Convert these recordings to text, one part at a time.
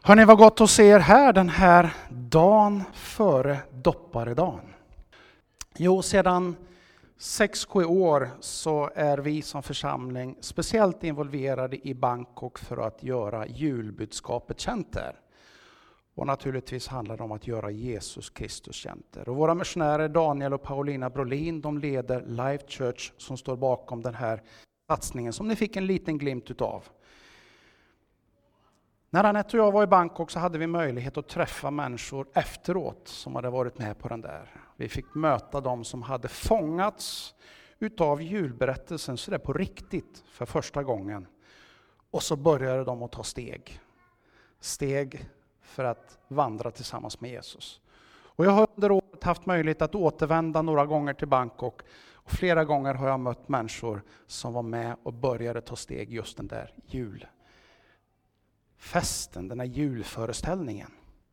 Hörrni, vad gott att se er här den här dagen före dopparedagen. Jo, sedan 6-7 år så är vi som församling speciellt involverade i Bangkok för att göra julbudskapet känt där. Och naturligtvis handlar det om att göra Jesus Kristus känt där. Och våra missionärer Daniel och Paulina Brolin, de leder Life Church som står bakom den här satsningen som ni fick en liten glimt utav. När Anette och jag var i Bangkok så hade vi möjlighet att träffa människor efteråt som hade varit med på den där. Vi fick möta dem som hade fångats utav julberättelsen så det är på riktigt för första gången. Och så började de att ta steg. Steg för att vandra tillsammans med Jesus. Och jag har under året haft möjlighet att återvända några gånger till Bangkok. Och flera gånger har jag mött människor som var med och började ta steg just den där julfesten, den här julföreställningen.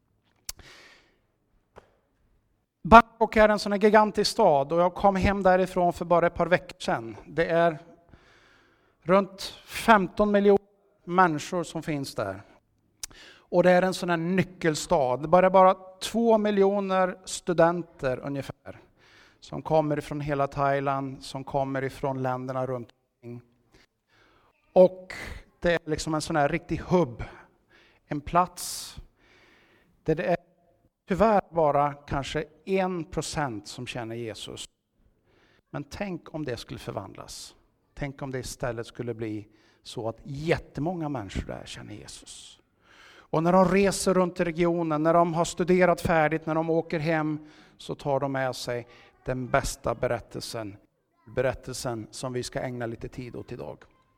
Bangkok är en sån här gigantisk stad och jag kom hem därifrån för bara ett par veckor sedan. Det är runt 15 miljoner människor som finns där. Och det är en sån här nyckelstad. Det är bara 2 miljoner studenter ungefär som kommer ifrån hela Thailand, som kommer ifrån länderna runt omkring. Och det är liksom en sån här riktig hubb. En plats där det är tyvärr bara kanske 1% som känner Jesus. Men tänk om det skulle förvandlas. Tänk om det istället skulle bli så att jättemånga människor där känner Jesus. Och när de reser runt i regionen, när de har studerat färdigt, när de åker hem så tar de med sig den bästa berättelsen som vi ska ägna lite tid åt idag.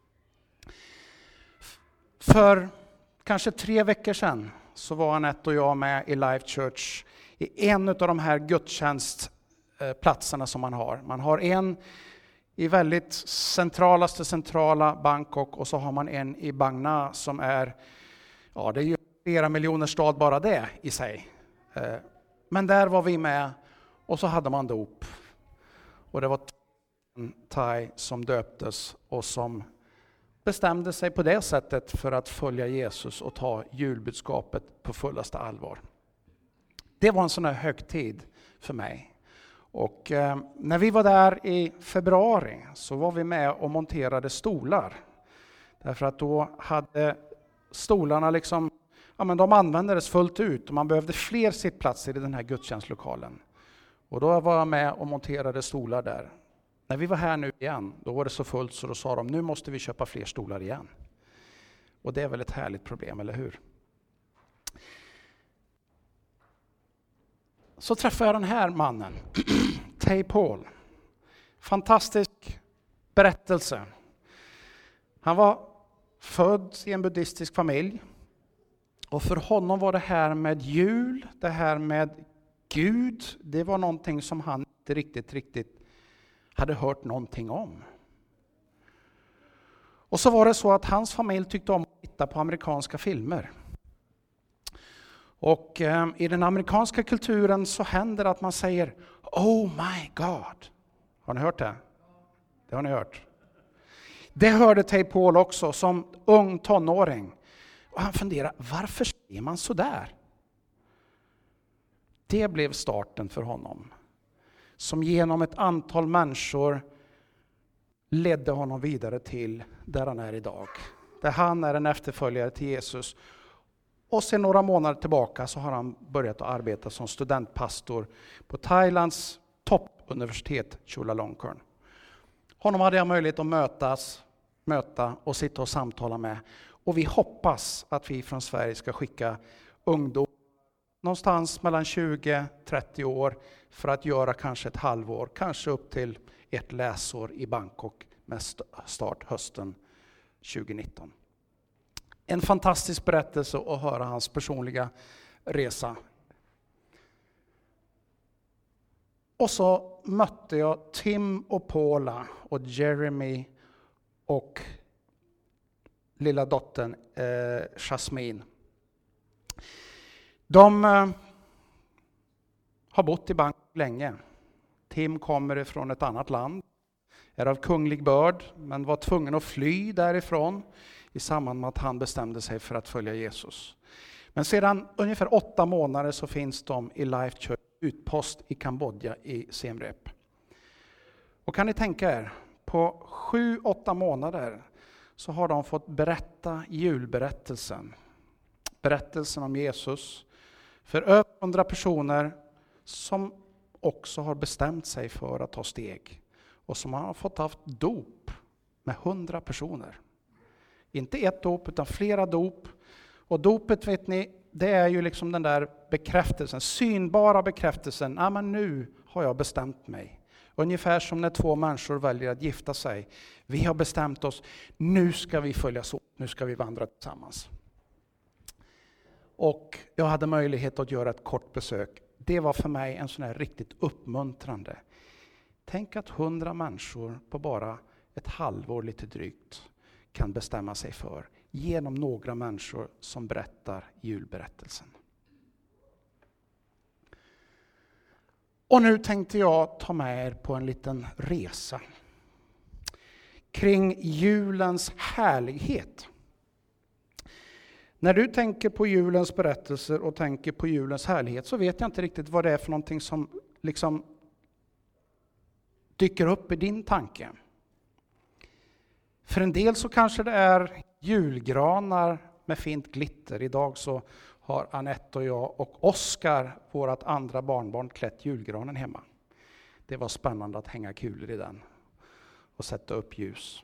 För kanske 3 veckor sedan så var Anette och jag med i Life Church i en av de här gudstjänstplatserna som man har. Man har en i väldigt centrala Bangkok och så har man en i Bang Na som är, ja det är ju flera miljoner stad bara det i sig. Men där var vi med och så hade man dop. Och det var en thai som döptes och som bestämde sig på det sättet för att följa Jesus och ta julbudskapet på fullaste allvar. Det var en sån här högtid för mig. Och när vi var där i februari så var vi med och monterade stolar. Därför att då hade stolarna liksom, ja men de användes fullt ut och man behövde fler sittplatser i den här gudstjänstlokalen. Och då var jag med och monterade stolar där. När vi var här nu igen, då var det så fullt så då sa de, nu måste vi köpa fler stolar igen. Och det är väl ett härligt problem, eller hur? Så träffade jag den här mannen, Thay Paul. Fantastisk berättelse. Han var född i en buddhistisk familj. Och för honom var det här med jul, det här med Gud, det var någonting som han inte riktigt hade hört någonting om. Och så var det så att hans familj tyckte om att titta på amerikanska filmer. Och i den amerikanska kulturen så händer det att man säger Oh my God. Har ni hört det? Det har ni hört. Det hörde Thay Paul också som ung tonåring. Och han funderar, varför säger man så där? Det blev starten för honom. Som genom ett antal människor ledde honom vidare till där han är idag. Där han är en efterföljare till Jesus. Och sedan några månader tillbaka så har han börjat att arbeta som studentpastor på Thailands toppuniversitet Chulalongkorn. Honom hade jag möjlighet att möta och sitta och samtala med. Och vi hoppas att vi från Sverige ska skicka ungdom någonstans mellan 20-30 år för att göra kanske ett halvår, kanske upp till ett läsår i Bangkok med start hösten 2019. En fantastisk berättelse att höra hans personliga resa. Och så mötte jag Tim och Paula och Jeremy och lilla dottern Jasmine. De har bott i Bangkok länge. Tim kommer ifrån ett annat land. Är av kunglig börd men var tvungen att fly därifrån i samband med att han bestämde sig för att följa Jesus. Men sedan ungefär 8 månader så finns de i Life Church utpost i Kambodja i Siem Reap. Och kan ni tänka er, på 7-8 månader så har de fått berätta julberättelsen. Berättelsen om Jesus för över 100 personer som också har bestämt sig för att ta steg. Och som har fått haft dop med 100 personer. Inte ett dop utan flera dop. Och dopet, vet ni, det är ju liksom den där bekräftelsen, synbara bekräftelsen. Ja, men nu har jag bestämt mig. Ungefär som när 2 människor väljer att gifta sig. Vi har bestämt oss, nu ska vi följas åt, nu ska vi vandra tillsammans. Och jag hade möjlighet att göra ett kort besök. Det var för mig en sån här riktigt uppmuntrande. Tänk att 100 människor på bara ett halvår lite drygt kan bestämma sig för genom några människor som berättar julberättelsen. Och nu tänkte jag ta med er på en liten resa kring julens härlighet. När du tänker på julens berättelser och tänker på julens härlighet så vet jag inte riktigt vad det är för någonting som liksom dyker upp i din tanke. För en del så kanske det är julgranar med fint glitter. Idag så har Annette och jag och Oskar, vårt andra barnbarn, klätt julgranen hemma. Det var spännande att hänga kulor i den och sätta upp ljus.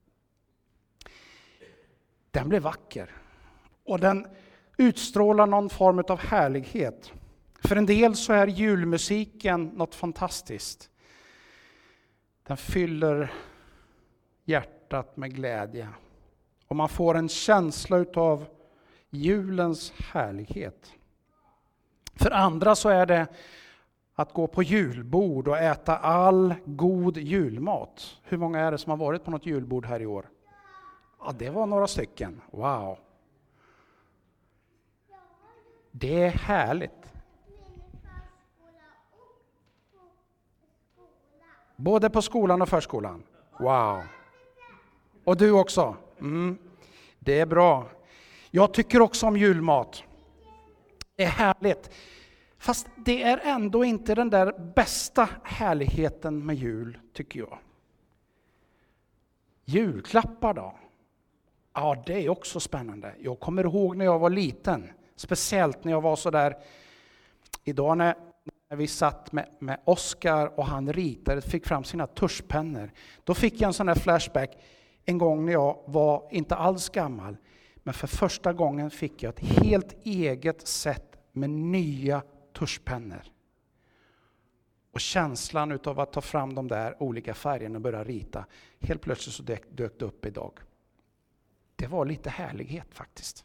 Den blev vacker och den utstrålar någon form av härlighet. För en del så är julmusiken något fantastiskt. Den fyller hjärtat med glädje. Och man får en känsla av julens härlighet. För andra så är det att gå på julbord och äta all god julmat. Hur många är det som har varit på något julbord här i år? Ja, det var några stycken. Wow. Det är härligt. Både på skolan och förskolan. Wow. Och du också? Det är bra. Jag tycker också om julmat. Det är härligt. Fast det är ändå inte den där bästa härligheten med jul, tycker jag. Julklappar då? Ja, det är också spännande. Jag kommer ihåg när jag var liten. Speciellt när jag var så där. Idag när vi satt med Oskar och han ritade, fick fram sina tuschpennor. Då fick jag en sån här flashback. En gång när jag var inte alls gammal. Men för första gången fick jag ett helt eget sätt med nya tuschpennor. Och känslan utav att ta fram de där olika färgerna och börja rita. Helt plötsligt så dök det upp idag. Det var lite härlighet faktiskt.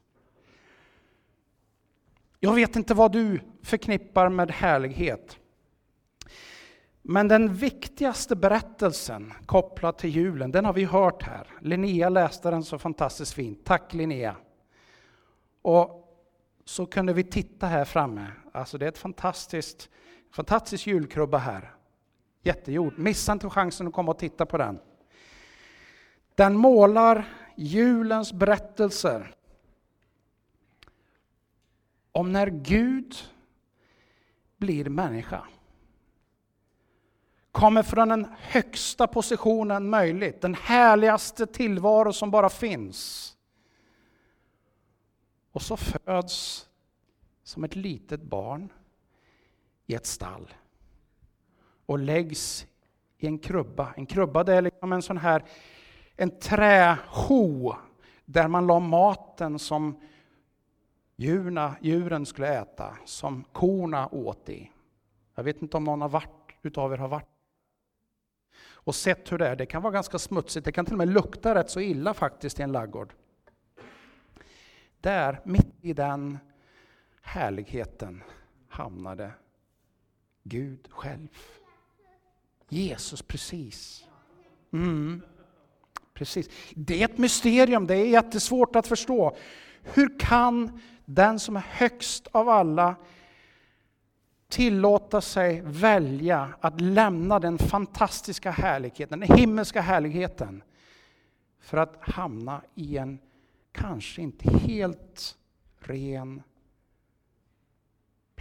Jag vet inte vad du förknippar med härlighet. Men den viktigaste berättelsen kopplad till julen, den har vi hört här. Linnea läste den så fantastiskt fint. Tack Linnea. Och så kunde vi titta här framme. Alltså det är ett fantastisk julkrubba här. Jättegjord. Missa inte chansen att komma och titta på den. Den målar julens berättelser om när Gud blir människa. Kommer från den högsta positionen möjligt. Den härligaste tillvaro som bara finns. Och så föds som ett litet barn i ett stall. Och läggs i en krubba. En krubba det är liksom en sån här en träho där man la maten som djuren skulle äta. Som korna åt i. Jag vet inte om någon utav er har varit. Och sett hur det är. Det kan vara ganska smutsigt. Det kan till och med lukta rätt så illa faktiskt i en laggård. Där, mitt i den härligheten, hamnade Gud själv. Jesus precis. Precis. Det är ett mysterium. Det är jättesvårt att förstå. Hur kan den som är högst av alla tillåta sig välja att lämna den fantastiska härligheten, den himmelska härligheten, för att hamna i en kanske inte helt ren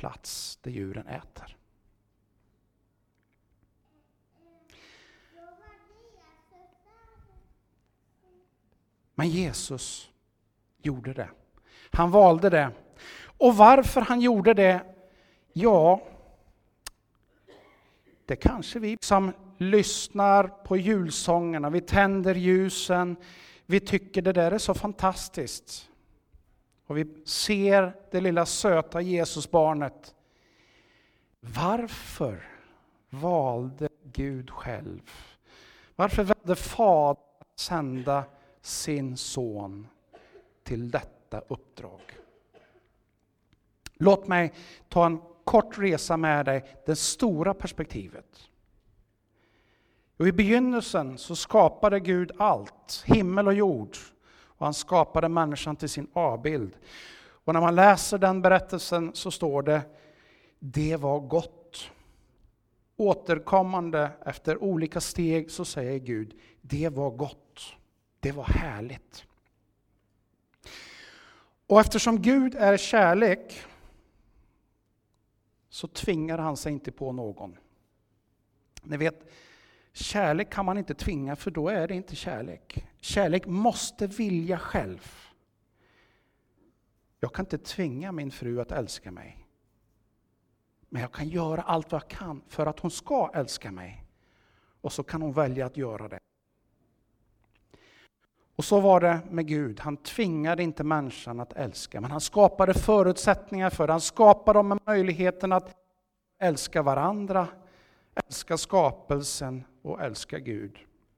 plats där djuren äter. Men Jesus gjorde det. Han valde det. Och varför han gjorde det? Ja, det kanske vi som lyssnar på julsångerna, vi tänder ljusen, vi tycker det där är så fantastiskt. Och vi ser det lilla söta Jesusbarnet. Varför valde Gud själv? Varför valde Fadern att sända sin son till detta uppdrag? Låt mig ta en kort resa med dig, det stora perspektivet. Och i begynnelsen så skapade Gud allt, himmel och jord. Och han skapade människan till sin avbild. Och när man läser den berättelsen så står det var gott. Återkommande efter olika steg så säger Gud, det var gott. Det var härligt. Och eftersom Gud är kärlek så tvingar han sig inte på någon. Ni vet, kärlek kan man inte tvinga för då är det inte kärlek. Kärlek måste vilja själv. Jag kan inte tvinga min fru att älska mig. Men jag kan göra allt vad jag kan för att hon ska älska mig. Och så kan hon välja att göra det. Och så var det med Gud. Han tvingade inte människan att älska. Men han skapade förutsättningar för det. Han skapade dem med möjligheten att älska varandra. Älska skapelsen och älska Gud.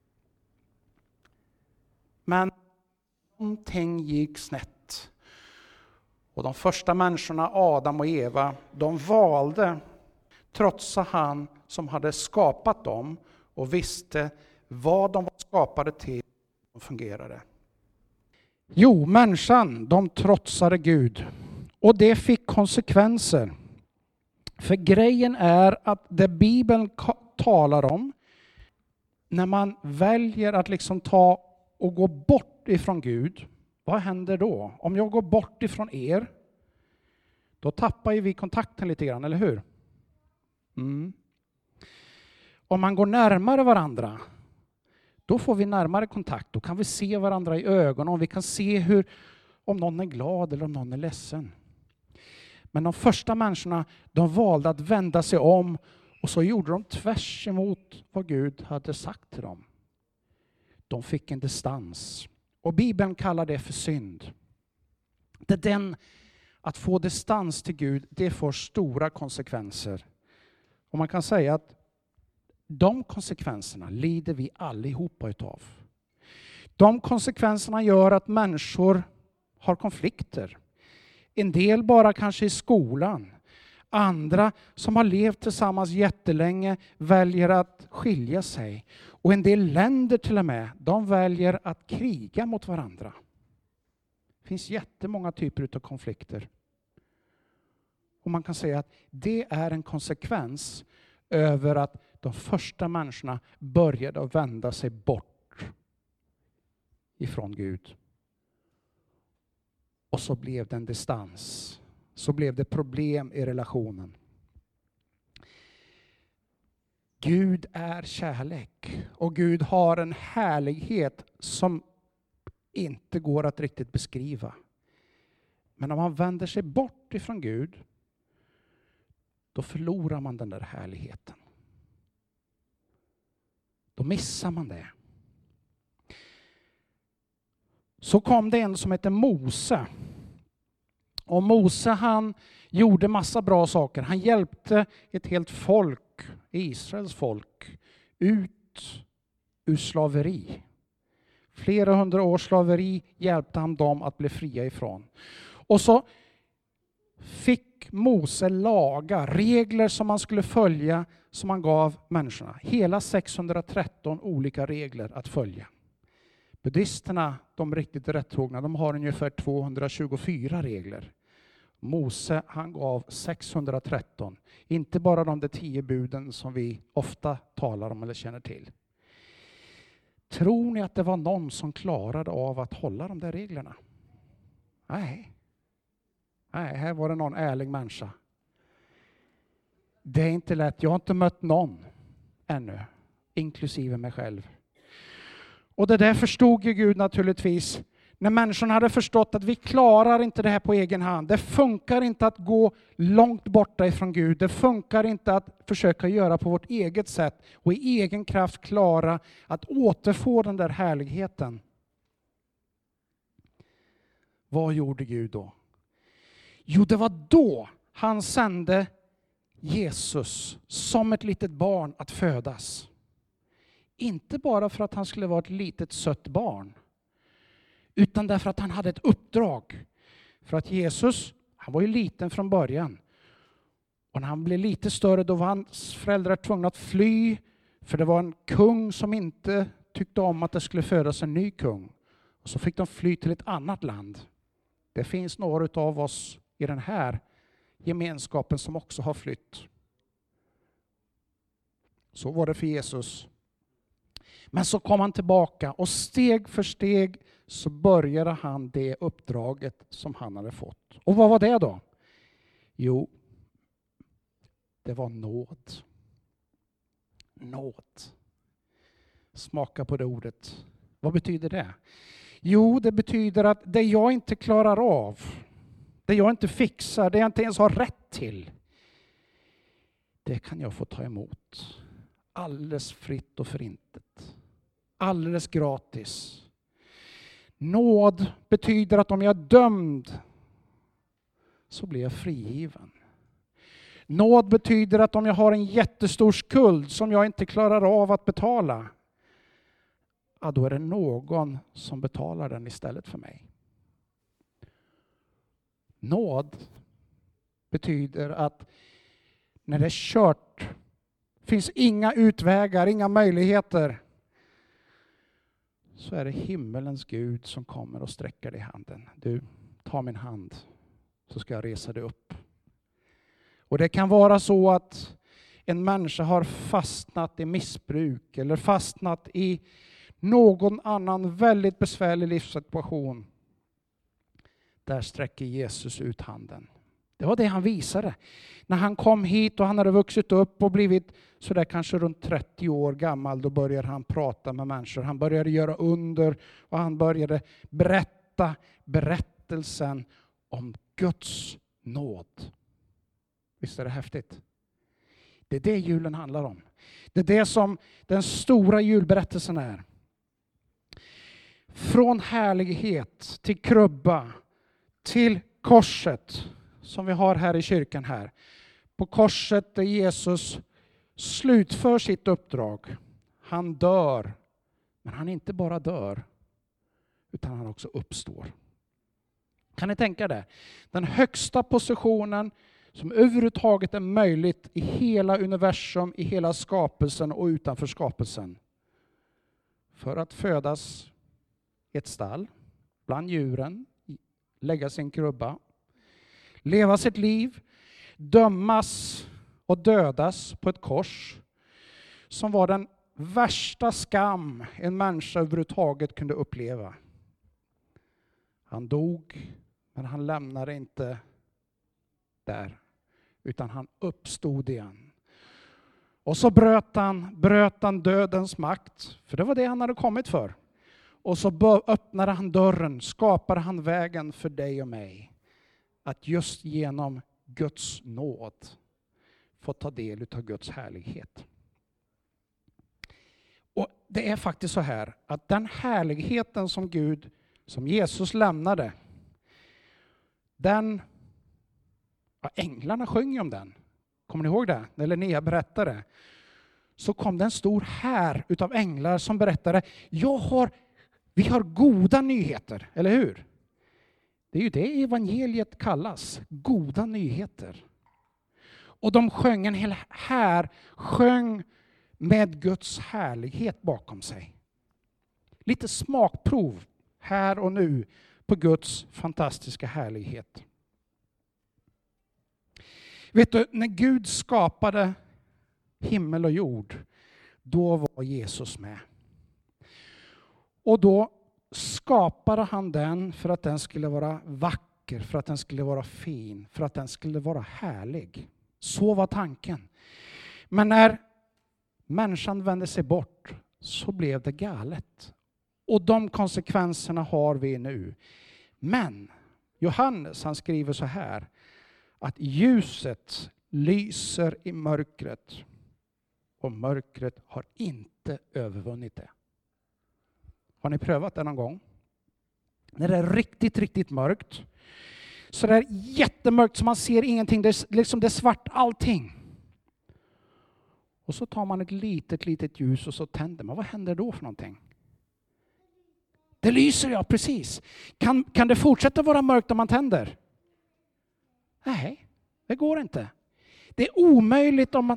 Men någonting gick snett. Och de första människorna, Adam och Eva, de valde, trotsa han som hade skapat dem och visste vad de var skapade till och fungerade. Jo, människan, de trotsade Gud. Och det fick konsekvenser. För grejen är att det Bibeln talar om, när man väljer att liksom ta och gå bort ifrån Gud, vad händer då? Om jag går bort ifrån er, då tappar ju vi kontakten lite grann, eller hur? Om man går närmare varandra, då får vi närmare kontakt. Då kan vi se varandra i ögonen och vi kan se om någon är glad eller om någon är ledsen. Men de första människorna, de valde att vända sig om och så gjorde de tvärs emot vad Gud hade sagt till dem. De fick en distans. Och Bibeln kallar det för synd. Att få distans till Gud, det får stora konsekvenser. Och man kan säga att de konsekvenserna lider vi allihopa utav. De konsekvenserna gör att människor har konflikter. En del bara kanske i skolan. Andra som har levt tillsammans jättelänge väljer att skilja sig. Och en del länder till och med, de väljer att kriga mot varandra. Det finns jättemånga typer av konflikter. Och man kan säga att det är en konsekvens över att de första människorna började att vända sig bort ifrån Gud. Och så blev det en distans. Så blev det problem i relationen. Gud är kärlek. Och Gud har en härlighet som inte går att riktigt beskriva. Men om man vänder sig bort ifrån Gud, då förlorar man den där härligheten. Då missar man det. Så kom det en som heter Mose. Och Mose, han gjorde massa bra saker. Han hjälpte ett helt folk, Israels folk, ut ur slaveri. Flera hundra års slaveri hjälpte han dem att bli fria ifrån. Och så fick Mose lagar, regler som man skulle följa, som han gav människorna. Hela 613 olika regler att följa. Buddhisterna, de riktigt rättrogna, de har ungefär 224 regler. Mose, han gav 613. Inte bara de där 10 buden som vi ofta talar om eller känner till. Tror ni att det var någon som klarade av att hålla de där reglerna? Nej, här var det någon ärlig människa Det är inte lätt. Jag har inte mött någon ännu, inklusive mig själv. Och det där förstod ju Gud naturligtvis. När människorna hade förstått att vi klarar inte det här på egen hand. Det funkar inte att gå långt borta ifrån Gud. Det funkar inte att försöka göra på vårt eget sätt och i egen kraft klara att återfå den där härligheten. Vad gjorde Gud då? Jo, det var då han sände Jesus som ett litet barn att födas. Inte bara för att han skulle vara ett litet sött barn, utan därför att han hade ett uppdrag. För att Jesus, han var ju liten från början. Och när han blev lite större då var hans föräldrar tvungna att fly. För det var en kung som inte tyckte om att det skulle födas en ny kung. Och så fick de fly till ett annat land. Det finns några av oss i den här gemenskapen som också har flytt. Så var det för Jesus. Men så kom han tillbaka och steg för steg så började han det uppdraget som han hade fått. Och vad var det då? Jo, det var nåd. Nåd. Smaka på det ordet. Vad betyder det? Jo, det betyder att det jag inte klarar av, det jag inte fixar, det jag inte ens har rätt till, det kan jag få ta emot. Alldeles fritt och förintet. Alldeles gratis. Nåd betyder att om jag är dömd så blir jag frigiven. Nåd betyder att om jag har en jättestor skuld som jag inte klarar av att betala, ja, då är det någon som betalar den istället för mig. Nåd betyder att när det är kört, finns inga utvägar, inga möjligheter, så är det himmelens Gud som kommer och sträcker dig handen. Du, ta min hand så ska jag resa dig upp. Och det kan vara så att en människa har fastnat i missbruk eller fastnat i någon annan väldigt besvärlig livssituation. Där sträcker Jesus ut handen. Det var det han visade. När han kom hit och han hade vuxit upp och blivit så där kanske runt 30 år gammal, då började han prata med människor. Han började göra under och han började berätta berättelsen om Guds nåd. Visst är det häftigt? Det är det julen handlar om. Det är det som den stora julberättelsen är. Från härlighet till krubba till korset som vi har här i kyrkan här. På korset där Jesus slutför sitt uppdrag. Han dör, men han inte bara dör utan han också uppstår. Kan ni tänka det? Den högsta positionen som överhuvudtaget är möjligt i hela universum, i hela skapelsen och utanför skapelsen. För att födas i ett stall, bland djuren, lägga sin krubba, leva sitt liv, dömas och dödas på ett kors som var den värsta skam en människa överhuvudtaget kunde uppleva. Han dog, men han lämnade inte där, utan han uppstod igen. Och så bröt han dödens makt, för det var det han hade kommit för. Och så öppnade han dörren, skapade han vägen för dig och mig. Att just genom Guds nåd få ta del av Guds härlighet. Och det är faktiskt så här att den härligheten som Gud, som Jesus lämnade, den, ja, änglarna sjöng ju om den. Kommer ni ihåg det? När Linnea berättade. Så kom det en stor här utav änglar som berättade, vi har goda nyheter, eller hur? Det är ju det evangeliet kallas, goda nyheter. Och de sjöng en hel här, sjöng med Guds härlighet bakom sig. Lite smakprov här och nu på Guds fantastiska härlighet. Vet du, när Gud skapade himmel och jord, då var Jesus med. Och då skapade han den för att den skulle vara vacker, för att den skulle vara fin, för att den skulle vara härlig. Så var tanken. Men när människan vände sig bort så blev det galet. Och de konsekvenserna har vi nu. Men Johannes, han skriver så här, att ljuset lyser i mörkret och mörkret har inte övervunnit det. Har ni prövat det någon gång? När det är riktigt, riktigt mörkt, så det är jättemörkt så man ser ingenting, det är svart allting. Och så tar man ett litet ljus och så tänder man. Vad händer då för någonting? Det lyser, ja, precis. Kan det fortsätta vara mörkt om man tänder? Nej, det går inte. Det är omöjligt om man...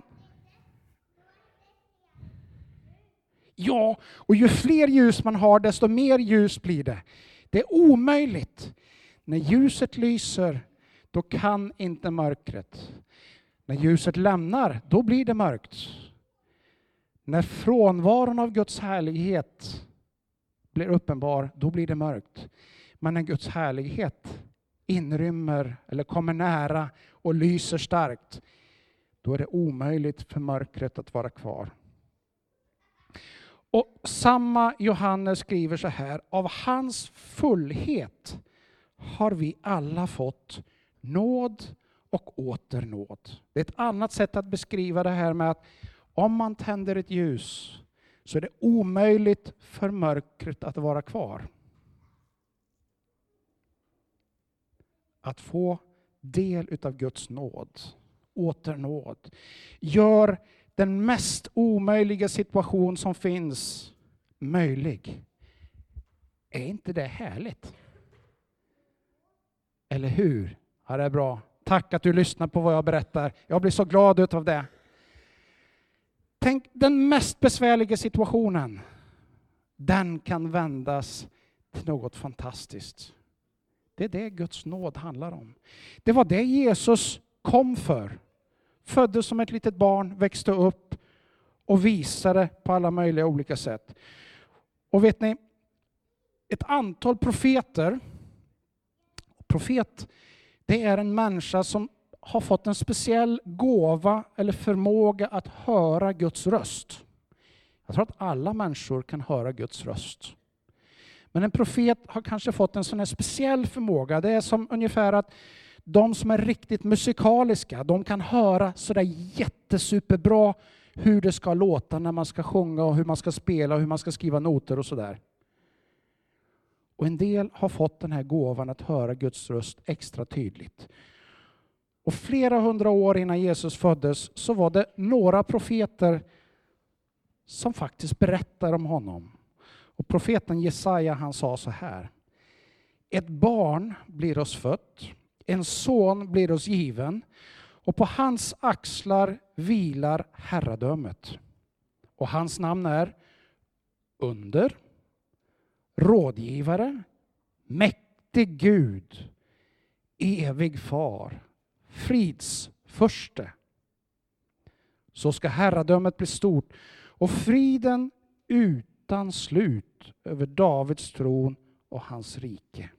Ja, och ju fler ljus man har, desto mer ljus blir det. Det är omöjligt. När ljuset lyser, då kan inte mörkret. När ljuset lämnar, då blir det mörkt. När frånvaron av Guds härlighet blir uppenbar, då blir det mörkt. Men när Guds härlighet inrymmer eller kommer nära och lyser starkt, då är det omöjligt för mörkret att vara kvar. Och samma Johannes skriver så här: av hans fullhet har vi alla fått nåd och åter nåd. Det är ett annat sätt att beskriva det här med att om man tänder ett ljus så är det omöjligt för mörkret att vara kvar. Att få del utav Guds nåd, åternåd, gör den mest omöjliga situation som finns möjlig. Är inte det härligt? Eller hur? Ja, det är bra. Tack att du lyssnar på vad jag berättar. Jag blir så glad utav det. Tänk, den mest besvärliga situationen, den kan vändas till något fantastiskt. Det är det Guds nåd handlar om. Det var det Jesus kom för. Föddes som ett litet barn, växte upp och visade på alla möjliga olika sätt. Och vet ni, ett antal profeter, profet, det är en människa som har fått en speciell gåva eller förmåga att höra Guds röst. Jag tror att alla människor kan höra Guds röst. Men en profet har kanske fått en sån här speciell förmåga. Det är som ungefär att de som är riktigt musikaliska, de kan höra sådär jättesuperbra hur det ska låta när man ska sjunga och hur man ska spela och hur man ska skriva noter och sådär. Och en del har fått den här gåvan att höra Guds röst extra tydligt. Och flera hundra år innan Jesus föddes så var det några profeter som faktiskt berättar om honom. Och profeten Jesaja, han sa så här: ett barn blir oss fött, en son blir oss given, och på hans axlar vilar herradömet. Och hans namn är Under, Rådgivare, Mäktig Gud, Evig Far, Fridsförste. Så ska herradömet bli stort och friden utan slut över Davids tron och hans rike.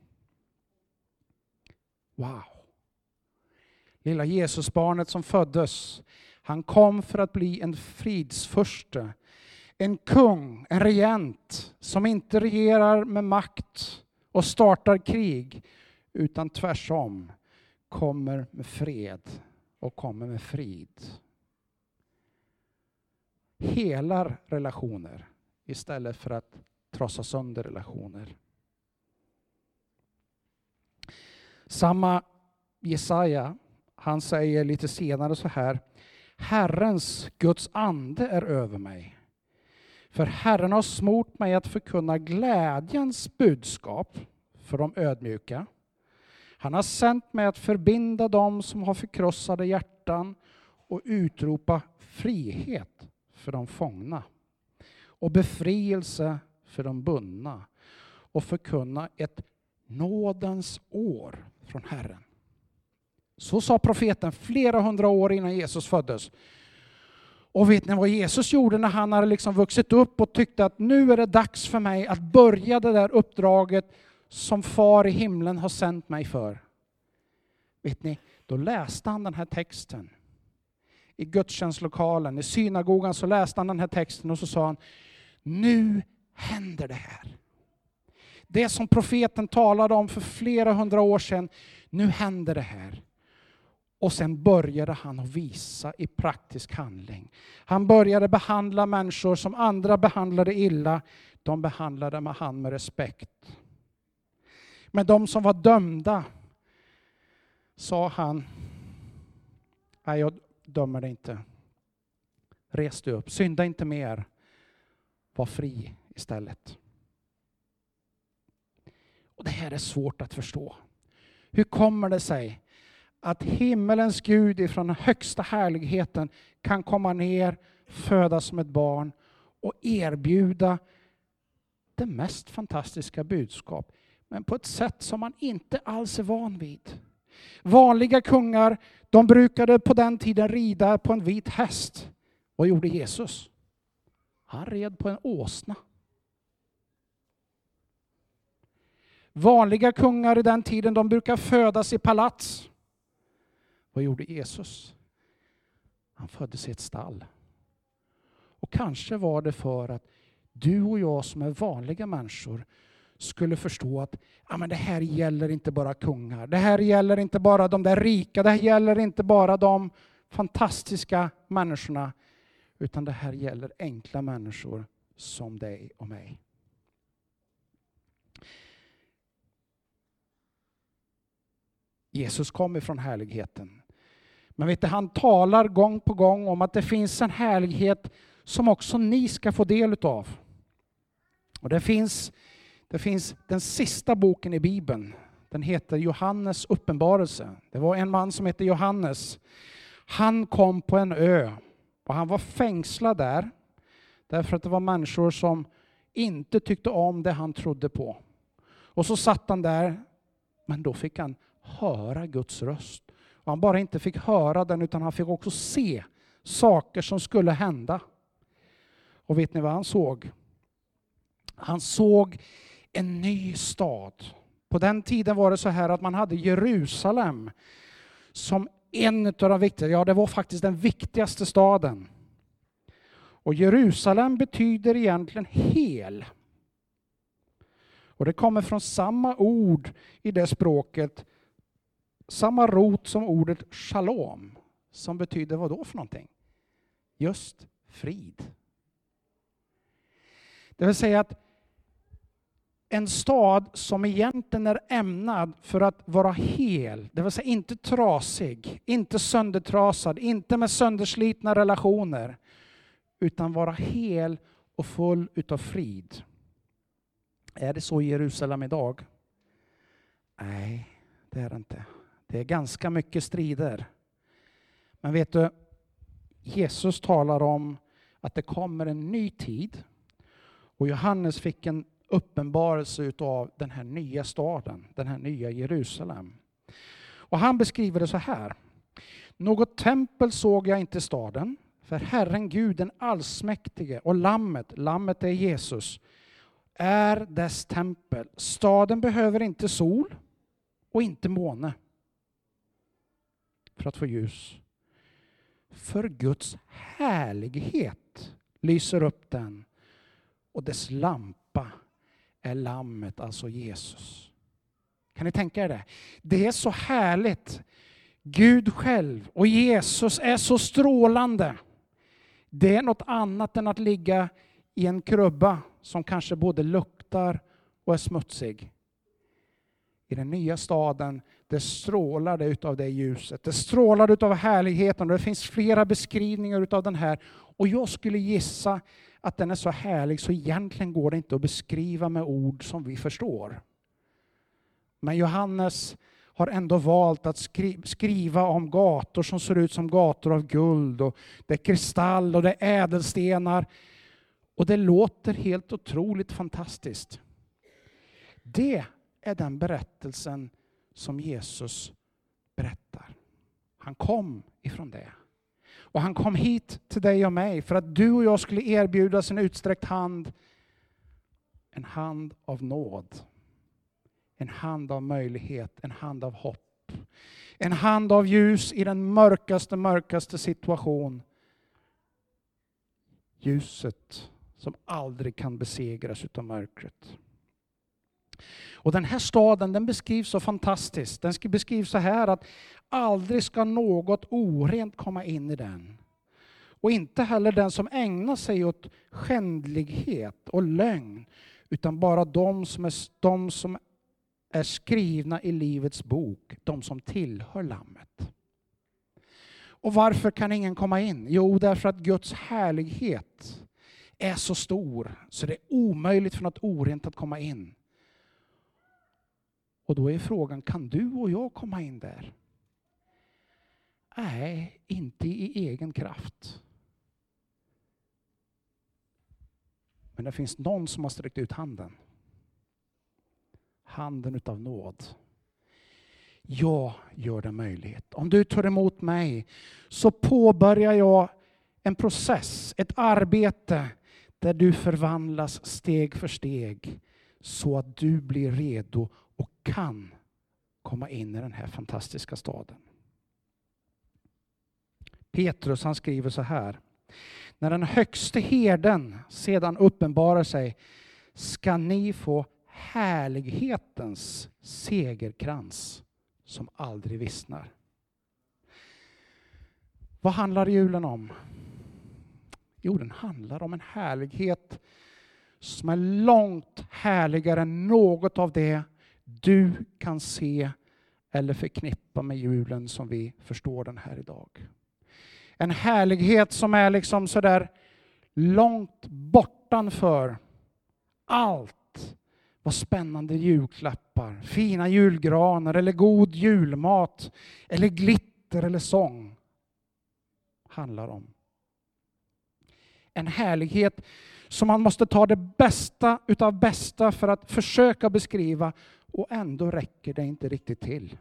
Wow. Lilla Jesusbarnet som föddes, han kom för att bli en fridsförste. En kung, en regent som inte regerar med makt och startar krig, utan tvärsom kommer med fred och kommer med frid. Helar relationer istället för att trasa sönder relationer. Samma Jesaja, han säger lite senare så här: Herrens, Guds ande är över mig. För Herren har smort mig att förkunna glädjens budskap för de ödmjuka. Han har sänt mig att förbinda dem som har förkrossade hjärtan och utropa frihet för de fångna och befrielse för de bundna och förkunna ett nådens år från Herren. Så sa profeten flera hundra år innan Jesus föddes. Och vet ni vad Jesus gjorde när han hade liksom vuxit upp och tyckte att nu är det dags för mig att börja det där uppdraget som far i himlen har sänt mig för? Vet ni, då läste han den här texten i gudstjänstlokalen, i synagogan, så läste han den här texten och så sa han: nu händer det här. Det som profeten talade om för flera hundra år sedan, nu händer det här. Och sen började han att visa i praktisk handling. Han började behandla människor som andra behandlade illa. De behandlade han med respekt. Men de som var dömda sa han: nej, jag dömer dig inte. Res dig upp, synda inte mer. Var fri istället. Och det här är svårt att förstå. Hur kommer det sig att himmelens Gud ifrån den högsta härligheten kan komma ner, födas som ett barn och erbjuda det mest fantastiska budskap, men på ett sätt som man inte alls är van vid? Vanliga kungar, de brukade på den tiden rida på en vit häst. Vad gjorde Jesus? Han red på en åsna. Vanliga kungar i den tiden, de brukar födas i palats. Vad gjorde Jesus? Han föddes i ett stall. Och kanske var det för att du och jag som är vanliga människor skulle förstå att men det här gäller inte bara kungar. Det här gäller inte bara de där rika. Det här gäller inte bara de fantastiska människorna. Utan det här gäller enkla människor som dig och mig. Jesus kom ifrån härligheten. Men vet du, han talar gång på gång om att det finns en härlighet som också ni ska få del av. Och det finns den sista boken i Bibeln. Den heter Johannes uppenbarelse. Det var en man som hette Johannes. Han kom på en ö och han var fängslad där. Därför att det var människor som inte tyckte om det han trodde på. Och så satt han där, men då fick han höra Guds röst. Och han bara inte fick höra den, utan han fick också se saker som skulle hända. Och vet ni vad han såg? Han såg en ny stad. På den tiden var det så här att man hade Jerusalem som en av de viktigaste. Ja, det var faktiskt den viktigaste staden. Och Jerusalem betyder egentligen hel. Och det kommer från samma ord i det språket. Samma rot som ordet shalom. Som betyder vad då för någonting? Just frid. Det vill säga att en stad som egentligen är ämnad för att vara hel. Det vill säga inte trasig, inte söndertrasad, inte med sönderslitna relationer. Utan vara hel och full utav frid. Är det så i Jerusalem idag? Nej, det är det inte. Det är ganska mycket strider. Men vet du, Jesus talar om att det kommer en ny tid. Och Johannes fick en uppenbarelse utav den här nya staden, den här nya Jerusalem. Och han beskriver det så här. Något tempel såg jag inte i staden, för Herren Gud, den allsmäktige, och lammet är Jesus, är dess tempel. Staden behöver inte sol och inte måne för att få ljus. För Guds härlighet lyser upp den, och dess lampa är lammet, alltså Jesus. Kan ni tänka er det? Det är så härligt. Gud själv och Jesus är så strålande. Det är något annat än att ligga i en krubba som kanske både luktar och är smutsig. I den nya staden, det strålar det utav det ljuset. Det strålar utav härligheten. Och det finns flera beskrivningar utav den här. Och jag skulle gissa att den är så härlig så egentligen går det inte att beskriva med ord som vi förstår. Men Johannes har ändå valt att skriva om gator som ser ut som gator av guld. Och det är kristall och det är ädelstenar. Och det låter helt otroligt fantastiskt. Det är den berättelsen som Jesus berättar. Han kom ifrån det. Och han kom hit till dig och mig för att du och jag skulle erbjudas en utsträckt hand. En hand av nåd. En hand av möjlighet, en hand av hopp. En hand av ljus i den mörkaste situation. Ljuset som aldrig kan besegras utav mörkret. Och den här staden, den beskrivs så fantastiskt. Den beskrivs så här att aldrig ska något orent komma in i den. Och inte heller den som ägnar sig åt skändlighet och lögn, utan bara de som är skrivna i livets bok, de som tillhör lammet. Och varför kan ingen komma in? Jo, därför att Guds härlighet är så stor så det är omöjligt för något orent att komma in. Och då är frågan, kan du och jag komma in där? Nej, inte i egen kraft. Men det finns någon som har sträckt ut handen. Handen utav nåd. Jag gör det möjligt. Om du tar emot mig så påbörjar jag en process, ett arbete där du förvandlas steg för steg så att du blir redo och kan komma in i den här fantastiska staden. Petrus, han skriver så här: när den högste herden sedan uppenbarar sig ska ni få härlighetens segerkrans som aldrig vissnar. Vad handlar julen om? Jo, den handlar om en härlighet som är långt härligare än något av det du kan se eller förknippa med julen som vi förstår den här idag. En härlighet som är liksom så där långt bortanför allt vad spännande julklappar, fina julgranar eller god julmat eller glitter eller sång handlar om. En härlighet som man måste ta det bästa utav bästa för att försöka beskriva, och ändå räcker det inte riktigt till.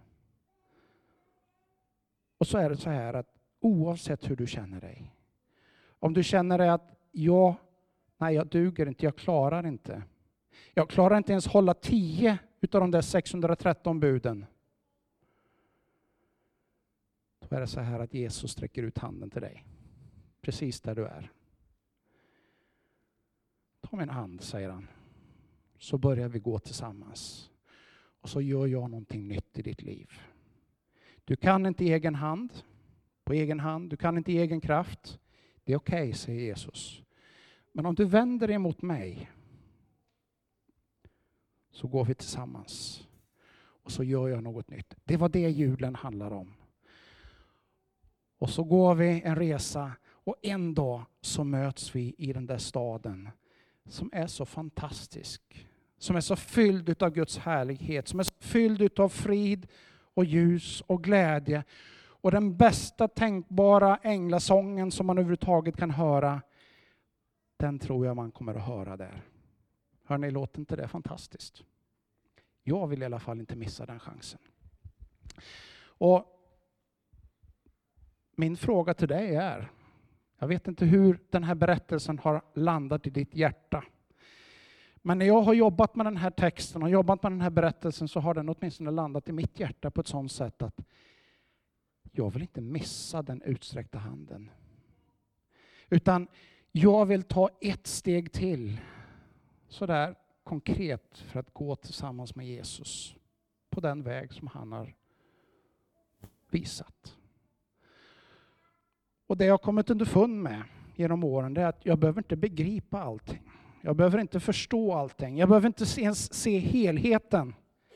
Och så är det så här att oavsett hur du känner dig, om du känner dig att jag duger inte, jag klarar inte. Jag klarar inte ens hålla 10 utav de där 613 buden. Då är det så här att Jesus sträcker ut handen till dig. Precis där du är. Ta min hand, säger han. Så börjar vi gå tillsammans. Och så gör jag någonting nytt i ditt liv. Du kan inte på egen hand. Du kan inte i egen kraft. Det är okej, säger Jesus. Men om du vänder dig mot mig så går vi tillsammans. Och så gör jag något nytt. Det var det julen handlar om. Och så går vi en resa och en dag så möts vi i den där staden som är så fantastisk. Som är så fylld utav Guds härlighet. Som är så fylld utav frid och ljus och glädje. Och den bästa tänkbara änglasången som man överhuvudtaget kan höra, den tror jag man kommer att höra där. Hör ni, låter inte det fantastiskt? Jag vill i alla fall inte missa den chansen. Och min fråga till dig är, jag vet inte hur den här berättelsen har landat i ditt hjärta. Men när jag har jobbat med den här texten och jobbat med den här berättelsen så har den åtminstone landat i mitt hjärta på ett sådant sätt att jag vill inte missa den utsträckta handen. Utan jag vill ta ett steg till, så där konkret, för att gå tillsammans med Jesus på den väg som han har visat. Och det jag har kommit underfund med genom åren, det är att jag behöver inte begripa allting. Jag behöver inte förstå allting. Jag behöver inte ens se helheten.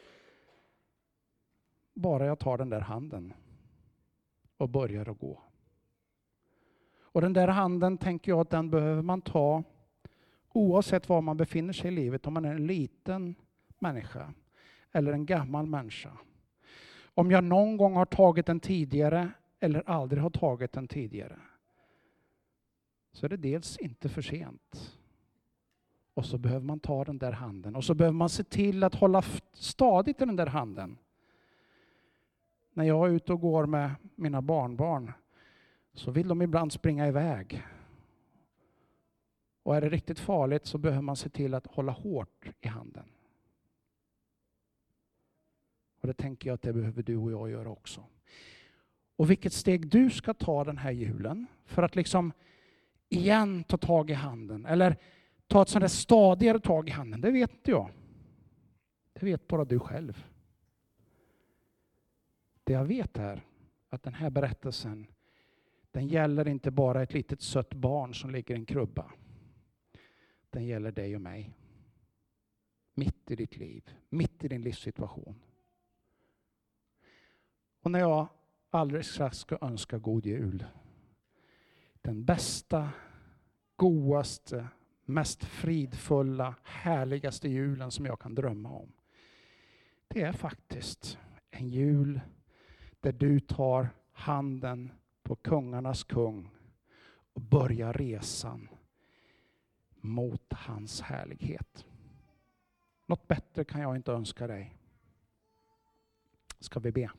Bara jag tar den där handen och börjar att gå. Och den där handen tänker jag att den behöver man ta oavsett var man befinner sig i livet. Om man är en liten människa eller en gammal människa. Om jag någon gång har tagit den tidigare eller aldrig har tagit den tidigare, så är det dels inte för sent. Och så behöver man ta den där handen. Och så behöver man se till att hålla stadigt i den där handen. När jag är ute och går med mina barnbarn så vill de ibland springa iväg. Och är det riktigt farligt så behöver man se till att hålla hårt i handen. Och det tänker jag att det behöver du och jag göra också. Och vilket steg du ska ta den här julen för att liksom igen ta tag i handen. Eller ta ett sånt där stadigare tag i handen. Det vet inte jag. Det vet bara du själv. Det jag vet är att den här berättelsen, den gäller inte bara ett litet sött barn som ligger i en krubba. Den gäller dig och mig. Mitt i ditt liv. Mitt i din livssituation. Och när jag alldeles strax ska önska god jul. Den bästa, godaste, mest fridfulla, härligaste julen som jag kan drömma om. Det är faktiskt en jul där du tar handen på kungarnas kung och börjar resan mot hans härlighet. Något bättre kan jag inte önska dig. Ska vi be?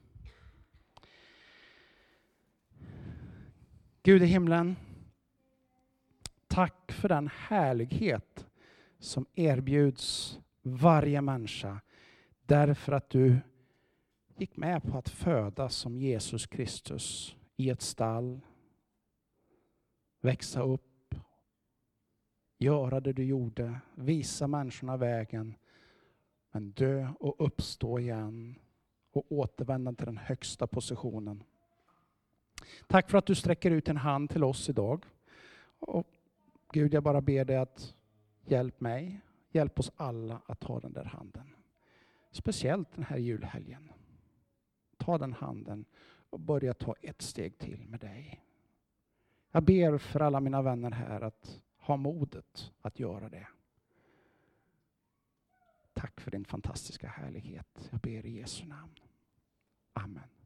Gud i himlen, tack för den härlighet som erbjuds varje människa därför att du gick med på att födas som Jesus Kristus i ett stall, växa upp, göra det du gjorde, visa människorna vägen, men dö och uppstå igen och återvända till den högsta positionen. Tack för att du sträcker ut en hand till oss idag. Och Gud, jag bara ber dig att hjälp mig, hjälp oss alla att ta den där handen. Speciellt den här julhelgen. Ta den handen och börja ta ett steg till med dig. Jag ber för alla mina vänner här att ha modet att göra det. Tack för din fantastiska härlighet. Jag ber i Jesu namn. Amen.